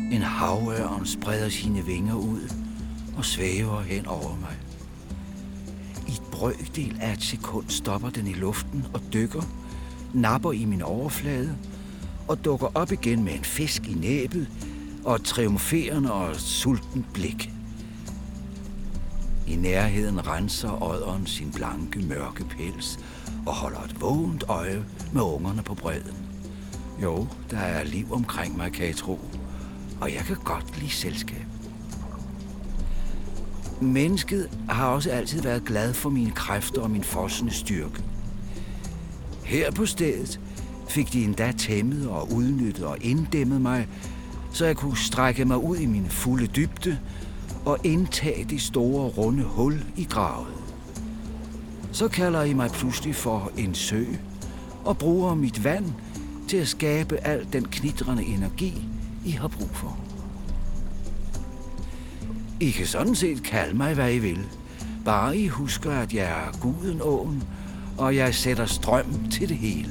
En havørn spreder sine vinger ud og svæver hen over mig. I et brøkdel af et sekund stopper den i luften og dykker, napper i min overflade og dukker op igen med en fisk i næbet og et triumferende og sultent blik. I nærheden renser odderen sin blanke, mørke pels og holder et vågent øje med ungerne på bredden. Jo, der er liv omkring mig, kan jeg tro, og jeg kan godt lide selskab. Mennesket har også altid været glad for mine kræfter og min fossende styrke. Her på stedet fik de endda tæmmet og udnyttet og inddæmmet mig, så jeg kunne strække mig ud i min fulde dybde og indtage det store, runde hul i gravet. Så kalder I mig pludselig for en sø og bruger mit vand til at skabe al den knitrende energi, I har brug for. I kan sådan set kalde mig, hvad I vil. Bare I husker, at jeg er Gudenåen, og jeg sætter strøm til det hele.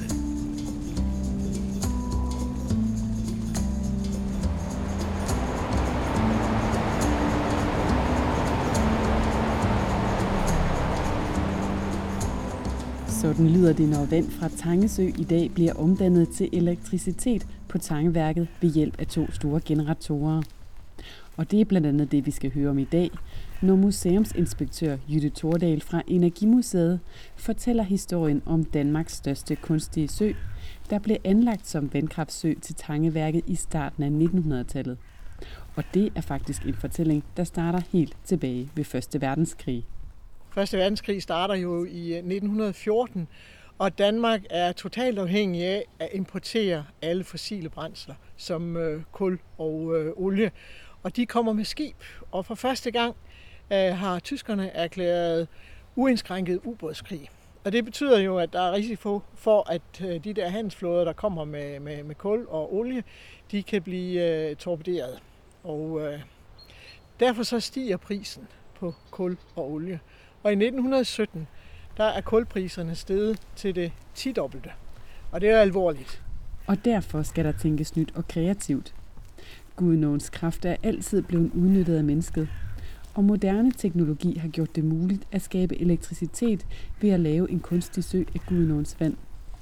Sådan lyder det, når vand fra Tangesø i dag bliver omdannet til elektricitet på Tangeværket ved hjælp af 2 store generatorer. Og det er blandt andet det, vi skal høre om i dag, når museumsinspektør Jytte Thordal fra Energimuseet fortæller historien om Danmarks største kunstige sø, der blev anlagt som vandkraftsø til Tangeværket i starten af 1900-tallet. Og det er faktisk en fortælling, der starter helt tilbage ved 1. verdenskrig. Første verdenskrig starter jo i 1914, og Danmark er totalt afhængig af at importere alle fossile brændsler, som kul og olie. Og de kommer med skib, og for første gang har tyskerne erklæret uindskrænket ubådskrig. Og det betyder jo, at der er risiko for, at de der handelsflåder, der kommer med kul og olie, de kan blive torpederet. Og derfor så stiger prisen på kul og olie. Og i 1917, der er kulpriserne steget til det 10-dobbelte. Og det er alvorligt. Og derfor skal der tænkes nyt og kreativt. Gudenåens kræfter er altid blevet udnyttet af mennesket. Og moderne teknologi har gjort det muligt at skabe elektricitet ved at lave en kunstig sø af Gudenåens vand.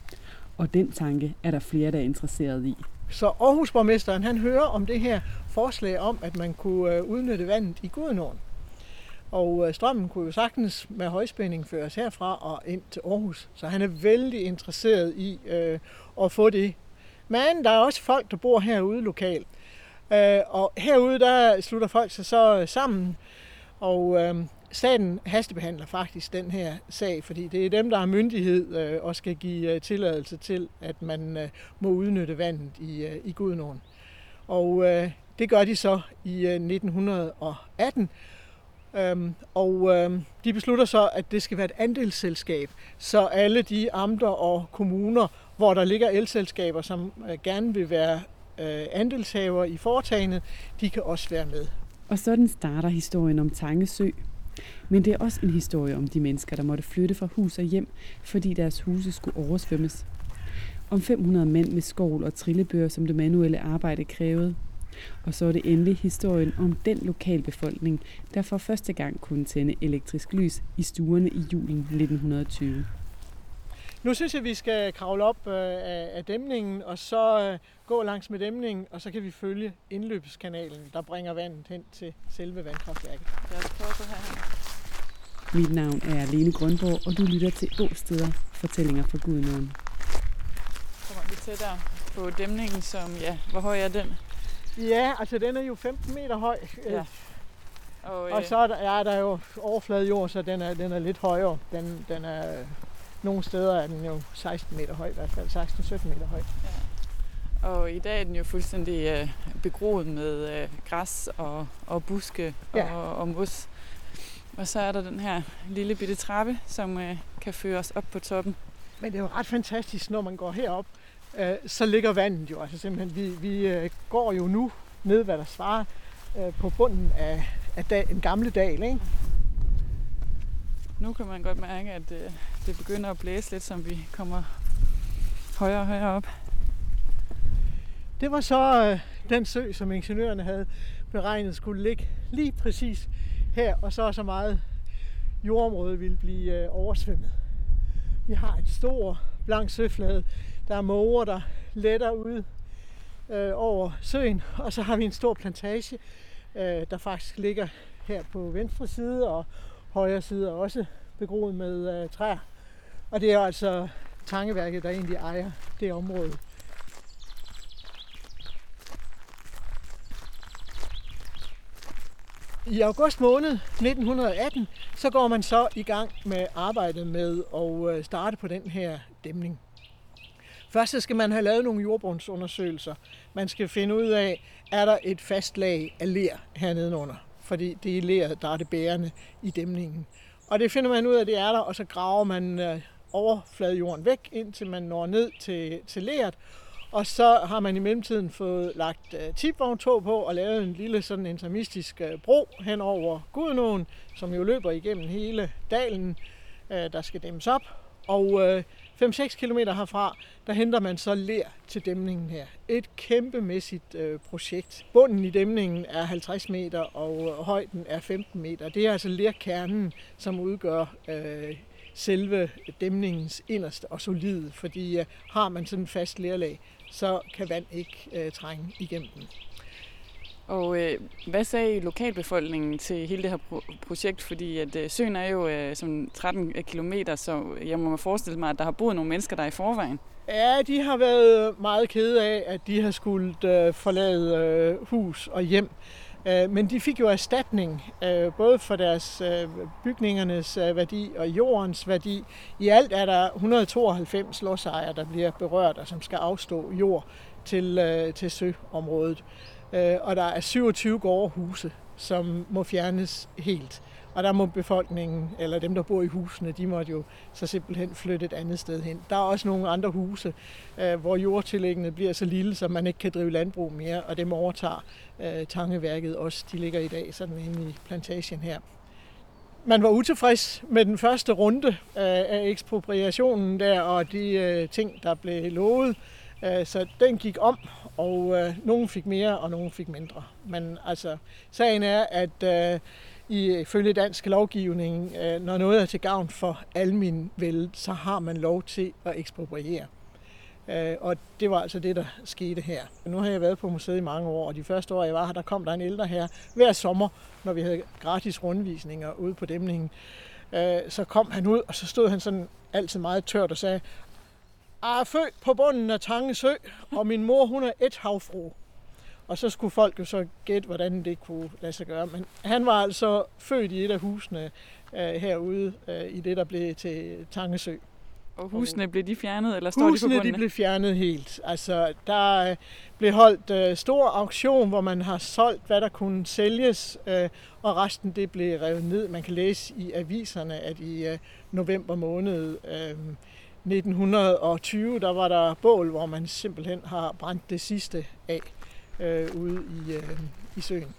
Og den tanke er der flere, der er interesseret i. Så Aarhusborgmesteren, han hører om det her forslag om, at man kunne udnytte vandet i Gudenåen. Og strømmen kunne jo sagtens med højspænding føres herfra og ind til Aarhus. Så han er vældig interesseret i at få det. Men der er også folk, der bor herude lokalt. Og herude, der slutter folk sig så sammen. Og staten hastebehandler faktisk den her sag, fordi det er dem, der har myndighed og skal give tilladelse til, at man må udnytte vandet i Gudenåen. Og det gør de så i 1918. De beslutter så, at det skal være et andelsselskab, så alle de amter og kommuner, hvor der ligger elselskaber, som gerne vil være andelshaver i foretagendet, de kan også være med. Og sådan starter historien om Tangesø. Men det er også en historie om de mennesker, der måtte flytte fra hus og hjem, fordi deres huse skulle oversvømmes. Om 500 mænd med skovl og trillebør, som det manuelle arbejde krævede. Og så er det endelig historien om den lokalbefolkning, der for første gang kunne tænde elektrisk lys i stuerne i julen 1920. Nu synes jeg, vi skal kravle op af dæmningen, og så gå langs med dæmningen, og så kan vi følge indløbskanalen, der bringer vandet hen til selve vandkraftværket. Mit navn er Lene Grønborg, og du lytter til Åsteder, fortællinger fra Gudenåen. Kommer vi tættere på dæmningen, som, hvor høj er den? Ja, altså den er jo 15 meter høj. Ja. Og så er der jo overfladejord, så den er lidt højere. Den er, nogle steder er den jo 16 meter høj, i hvert fald 16-17 meter høj. Ja. Og i dag er den jo fuldstændig begroet med græs og buske og mos. Og så er der den her lille bitte trappe, som kan føre os op på toppen. Men det er jo ret fantastisk, når man går herop. Så ligger vandet jo, altså simpelthen, vi går jo nu ned, hvad der svarer, på bunden af en gamle dal, ikke? Nu kan man godt mærke, at det begynder at blæse lidt, som vi kommer højere og højere op. Det var så den sø, som ingeniørerne havde beregnet skulle ligge lige præcis her, og så meget jordområde ville blive oversvømmet. Vi har en stor, blank søflade. Der er måger, der letter ud over søen, og så har vi en stor plantage, der faktisk ligger her på venstre side, og højre side er også begroet med træer. Og det er altså Tangeværket, der egentlig ejer det område. I august måned 1918, så går man så i gang med arbejdet med at starte på den her dæmning. Først så skal man have lavet nogle jordbundsundersøgelser. Man skal finde ud af, er der et fast lag af ler hernede under, fordi det er leret, der er det bærende i dæmningen. Og det finder man ud af, det er der, og så graver man overfladejorden væk, indtil man når ned til leret. Og så har man i mellemtiden fået lagt tipvogntog på og lavet en lille sådan intermistisk bro hen over Gudenåen, som jo løber igennem hele dalen, der skal dæmmes op. Og 5-6 kilometer herfra, der henter man så ler til dæmningen her. Et kæmpemæssigt projekt. Bunden i dæmningen er 50 meter, og højden er 15 meter. Det er altså lerkernen, som udgør selve dæmningens inderste og solide, fordi har man sådan en fast lerlag, så kan vand ikke trænge igennem den. Og hvad sagde lokalbefolkningen til hele det her projekt? Fordi at søen er jo som 13 kilometer, så jeg må forestille mig, at der har boet nogle mennesker der i forvejen. Ja, de har været meget kede af, at de har skulle forlade hus og hjem. Men de fik jo erstatning, både for deres bygningernes værdi og jordens værdi. I alt er der 192 lodsejere, der bliver berørt og som skal afstå jord til søområdet. Og der er 27 gårdhuse, som må fjernes helt. Og der må befolkningen, eller dem, der bor i husene, de måtte jo så simpelthen flytte et andet sted hen. Der er også nogle andre huse, hvor jordtillæggene bliver så lille, så man ikke kan drive landbrug mere, og dem overtager Tangeværket også. De ligger i dag sådan inde i plantagen her. Man var utilfreds med den første runde af ekspropriationen der, og de ting, der blev lovet. Så den gik om, og nogen fik mere, og nogen fik mindre. Men altså, sagen er, at ifølge dansk lovgivning, når noget er til gavn for almenveldet, så har man lov til at ekspropriere. Og det var altså det, der skete her. Nu har jeg været på museet i mange år, og de første år, jeg var her, der kom der en ældre her hver sommer, når vi havde gratis rundvisninger ude på dæmningen. Så kom han ud, og så stod han sådan altid meget tørt og sagde, jeg er født på bunden af Tange Sø, og min mor, hun er et havfru. Og så skulle folk jo så gætte, hvordan det kunne lade sig gøre. Men han var altså født i et af husene herude, i det, der blev til Tange Sø. Og husene blev de fjernet, eller står de på bunden? Husene blev fjernet helt. Altså, der blev holdt stor auktion, hvor man har solgt, hvad der kunne sælges, og resten det blev revet ned. Man kan læse i aviserne, at i november måned 1920, der var der bål, hvor man simpelthen har brændt det sidste af ude i søen.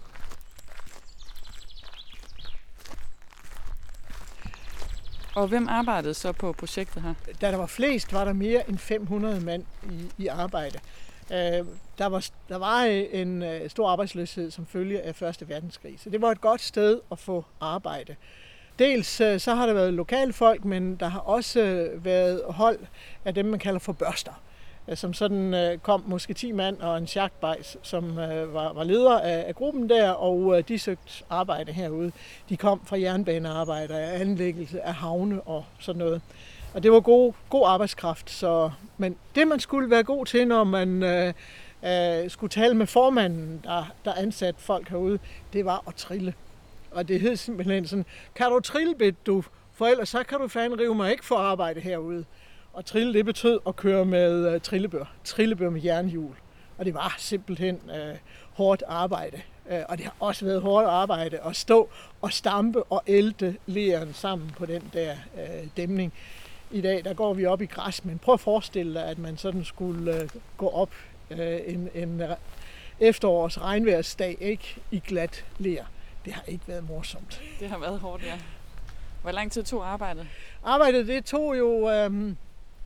Og hvem arbejdede så på projektet her? Da der var flest, var der mere end 500 mand i arbejde. Der var en stor arbejdsløshed som følge af 1. verdenskrig, så det var et godt sted at få arbejde. Dels så har der været lokale folk, men der har også været hold af dem, man kalder for børster, som sådan kom måske 10 mand og en schachtbejs, som var leder af gruppen der, og de søgte arbejde herude. De kom fra jernbanearbejder, anlæggelse af havne og sådan noget. Og det var god arbejdskraft. Men det, man skulle være god til, når man skulle tale med formanden, der ansatte folk herude, det var at trille. Og det hed simpelthen sådan, kan du trille, bit du? For ellers så kan du fandme rive mig ikke for arbejde herude. Og trille, det betød at køre med trillebør med jernhjul. Og det var simpelthen hårdt arbejde. Og det har også været hårdt arbejde at stå og stampe og ælte leren sammen på den der dæmning. I dag der går vi op i græs, men prøv at forestille dig, at man sådan skulle gå op en efterårs regnværsdag, ikke, i glat ler. Det har ikke været morsomt. Det har været hårdt, ja. Hvor lang tid tog arbejdet? Arbejdet det tog jo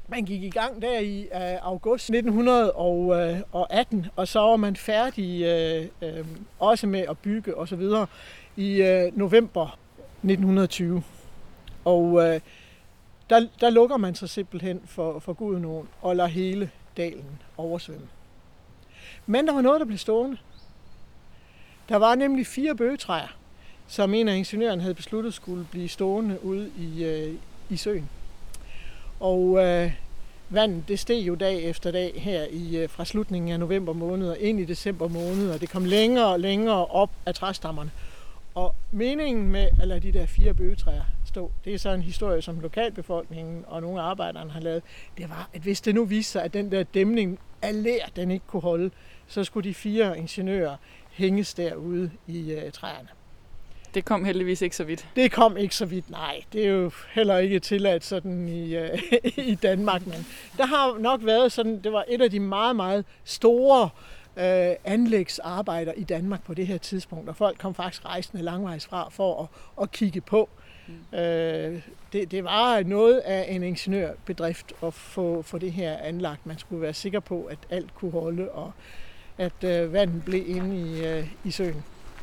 Man gik i gang der i august 1918, og så var man færdig også med at bygge og så videre i november 1920. Og der lukker man sig simpelthen for Gudenåen og lader hele dalen oversvømme. Men der var noget, der blev stående. Der var nemlig 4 bøgetræer, som en af ingeniørerne havde besluttet skulle blive stående ude i søen. Og vandet det steg jo dag efter dag her fra slutningen af november måned og ind i december måned, og det kom længere og længere op af træstammerne. Og meningen med at lade de der 4 bøgetræer stå, det er så en historie, som lokalbefolkningen og nogle af arbejderne har lavet, det var, at hvis det nu viste sig, at den der dæmning af ler, den ikke kunne holde, så skulle de 4 ingeniører hænges derude i træerne. Det kom heldigvis ikke så vidt. Det kom ikke så vidt, nej. Det er jo heller ikke tilladt sådan i Danmark. Men der har nok været sådan, det var et af de meget, meget store anlægsarbejder i Danmark på det her tidspunkt. Og folk kom faktisk rejsende langvejs fra for at kigge på. Det var noget af en ingeniørbedrift at få det her anlagt. Man skulle være sikker på, at alt kunne holde, og at vandet blev inde i søen.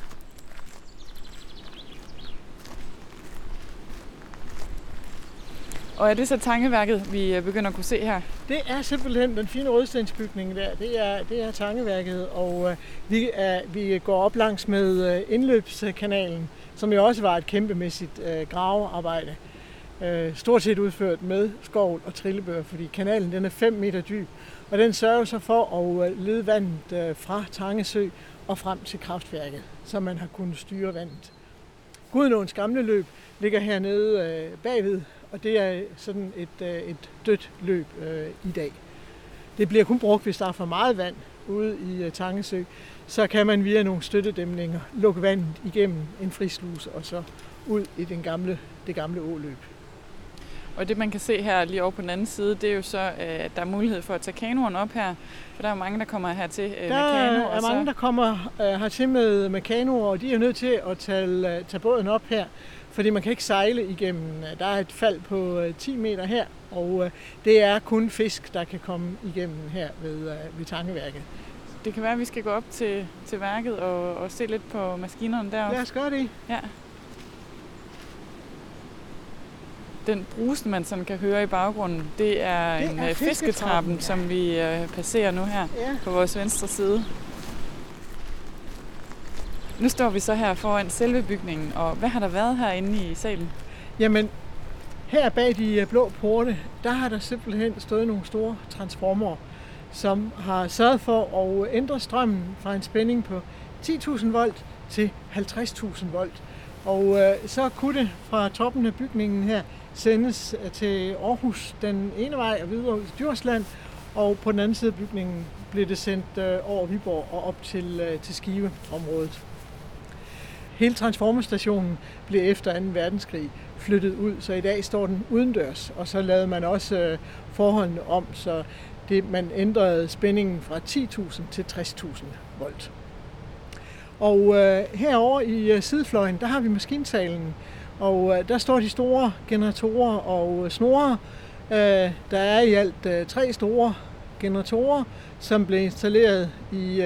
Og er det så Tangeværket, vi begynder at kunne se her? Det er simpelthen den fine rødstensbygning der. Det er Tangeværket, og vi går op langs med indløbskanalen, som jo også var et kæmpemæssigt gravearbejde. Stort set udført med skovl og trillebør, fordi kanalen den er 5 meter dyb, og den sørger så for at lede vandet fra Tangesø og frem til kraftværket, så man har kunnet styre vandet. Gudenåens gamle løb ligger hernede bagved, og det er sådan et dødt løb i dag. Det bliver kun brugt, hvis der er for meget vand ude i Tangesø. Så kan man via nogle støttedæmninger lukke vandet igennem en frisluse og så ud i det gamle åløb. Og det man kan se her lige over på den anden side, det er jo så, at der er mulighed for at tage kanoen op her. For der er jo mange, der kommer hertil med kano. Der er mange, der kommer hertil med kanoer, og de er nødt til at tage båden op her. Fordi man kan ikke sejle igennem. Der er et fald på 10 meter her, og det er kun fisk, der kan komme igennem her ved Tangeværket. Det kan være, at vi skal gå op til værket og se lidt på maskinerne deroppe. Lad os gøre det. Ja. Den brusen, man sådan kan høre i baggrunden, det er en fisketrappen, som vi passerer nu her på vores venstre side. Nu står vi så her foran selve bygningen, og hvad har der været herinde i salen? Jamen, her bag de blå porte, der har der simpelthen stået nogle store transformer, som har sørget for at ændre strømmen fra en spænding på 10.000 volt til 50.000 volt. Og så kunne det fra toppen af bygningen her sendes til Aarhus den ene vej og videre ud til Djursland, og på den anden side af bygningen blev det sendt over Viborg og op til Skive-området. Hele transformerstationen blev efter 2. verdenskrig flyttet ud, så i dag står den udendørs, og så lavede man også forholdene om, så man ændrede spændingen fra 10.000 til 60.000 volt. Og herovre i sidefløjen, der har vi maskinsalen, og der står de store generatorer og snore. Der er i alt 3 store generatorer, som blev installeret i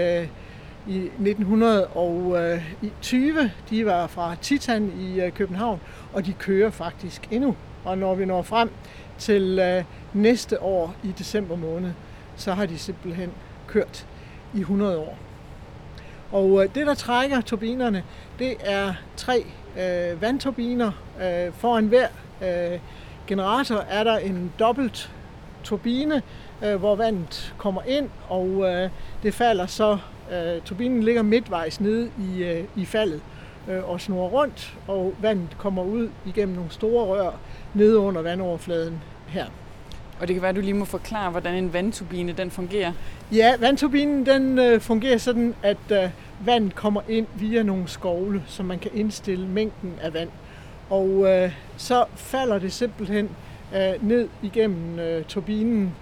1920. De var fra Titan i København, og de kører faktisk endnu. Og når vi når frem til næste år i december måned, så har de simpelthen kørt i 100 år. Og det, der trækker turbinerne, det er 3 vandturbiner. Foran hver generator er der en dobbelt turbine, hvor vandet kommer ind, og det falder så. Turbinen ligger midtvejs nede i faldet og snurrer rundt, og vandet kommer ud igennem nogle store rør nede under vandoverfladen her. Og det kan være, at du lige må forklare, hvordan en vandturbine den fungerer. Ja, vandturbinen den fungerer sådan, at vandet kommer ind via nogle skovle, så man kan indstille mængden af vand. Og så falder det simpelthen ned igennem turbinen,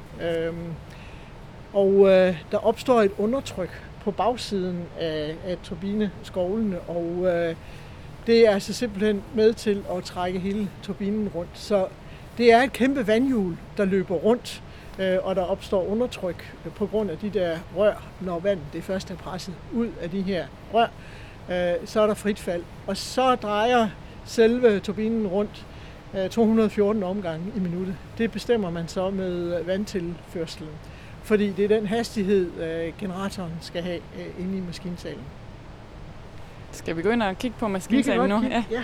og der opstår et undertryk på bagsiden af turbineskovlene, og det er altså simpelthen med til at trække hele turbinen rundt. Så det er et kæmpe vandhjul, der løber rundt, og der opstår undertryk på grund af de der rør, når vandet det først er presset ud af de her rør, så er der frit fald. Og så drejer selve turbinen rundt 214 omgange i minuttet. Det bestemmer man så med vandtilførselen, fordi det er den hastighed, generatoren skal have inde i maskinsalen. Skal vi gå ind og kigge på maskinsalen nu? Ja.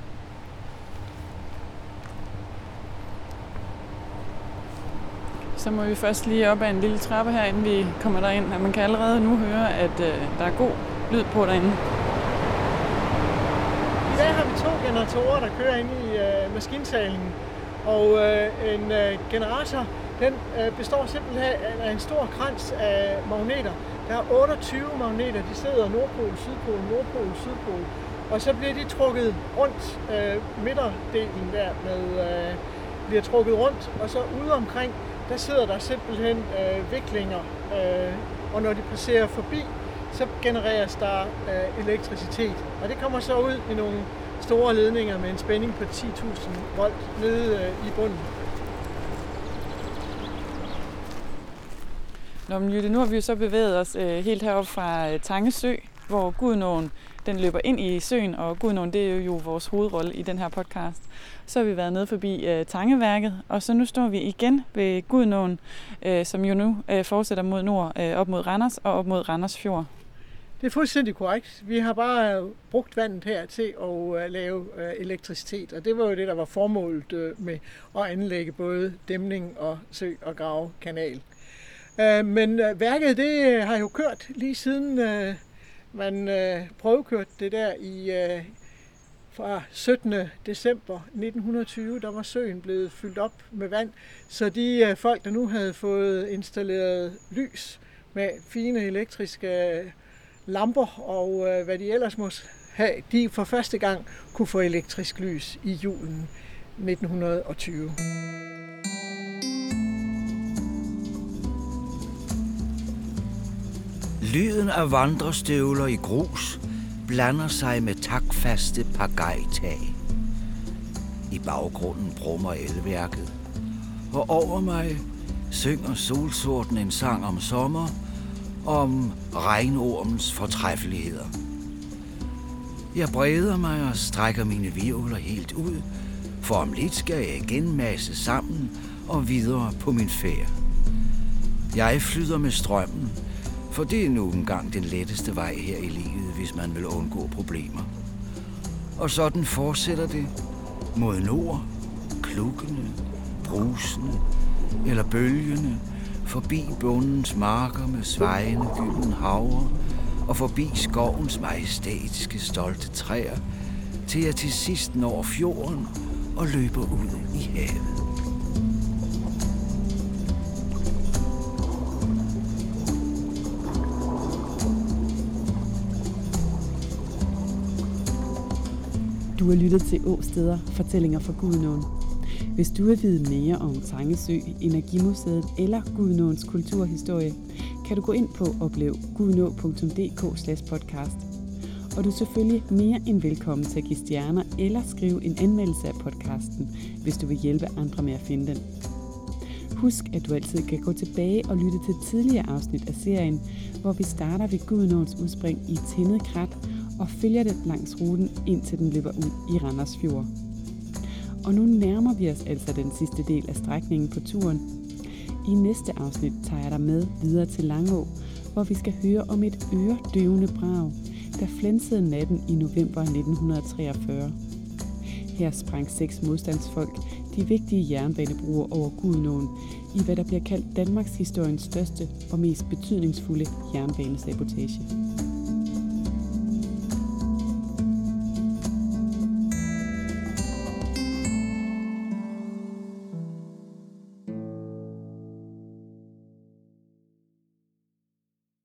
Så må vi først lige op ad en lille trappe her, inden vi kommer derind. Og man kan allerede nu høre, at der er god lyd på derinde. I dag har vi 2 generatorer, der kører inde i maskinsalen. Og en generator, den består simpelthen af en stor krans af magneter. Der er 28 magneter, de sidder nordpol, sydpol, nordpol, sydpol. Og så bliver de trukket rundt, midterdelen der bliver trukket rundt, og så ude omkring, der sidder der simpelthen viklinger, og når de passerer forbi, så genereres der elektricitet. Og det kommer så ud i nogle store ledninger med en spænding på 10.000 volt nede i bunden. Nå, men Jytte, nu har vi jo så bevæget os helt heroppe fra Tange Sø, hvor Gudenåen den løber ind i søen, og Gudenåen, det er jo vores hovedrolle i den her podcast. Så har vi været nede forbi Tangeværket, og så nu står vi igen ved Gudenåen, som jo nu fortsætter mod nord, op mod Randers og op mod Randers Fjord. Det er fuldstændig korrekt. Vi har bare brugt vandet her til at lave elektricitet, og det var jo det, der var formålet med at anlægge både dæmning og sø og grave kanal. Men værket, det har jo kørt lige siden man prøvekørte det der fra 17. december 1920, der var søen blevet fyldt op med vand, så de folk, der nu havde fået installeret lys med fine elektriske lamper og hvad de ellers måtte have, de for første gang kunne få elektrisk lys i julen 1920. Lyden af vandrestøvler i grus blander sig med takfaste pagajtag. I baggrunden brummer elværket, og over mig synger solsorten en sang om sommer, om regnormens fortræffeligheder. Jeg breder mig og strækker mine hvirvler helt ud, for om lidt skal jeg igen masse sammen og videre på min færd. Jeg flyder med strømmen, for det er nu engang den letteste vej her i livet, hvis man vil undgå problemer. Og sådan fortsætter det mod nord, klukkende, brusende eller bølgende, forbi bondens marker med svajende gylden havre og forbi skovens majestætiske stolte træer, til jeg til sidst når fjorden og løber ud i havet. Du har lyttet til Åsteder, fortællinger fra Gudenåen. Hvis du vil vide mere om Tange Sø, Energimuseet eller Gudenåens kulturhistorie, kan du gå ind på oplevgudenå.dk/podcast. Og du er selvfølgelig mere end velkommen til at give stjerner eller skrive en anmeldelse af podcasten, hvis du vil hjælpe andre med at finde den. Husk, at du altid kan gå tilbage og lytte til tidligere afsnit af serien, hvor vi starter ved Gudenåens udspring i Tinnet Krat og følger den langs ruten, indtil den løber ud i Randers Fjord. Og nu nærmer vi os altså den sidste del af strækningen på turen. I næste afsnit tager jeg dig med videre til Langå, hvor vi skal høre om et øredøvende brag, der flænsede natten i november 1943. Her sprang 6 modstandsfolk de vigtige jernbanebroer over Gudenåen i hvad der bliver kaldt Danmarks historiens største og mest betydningsfulde jernbanesabotage.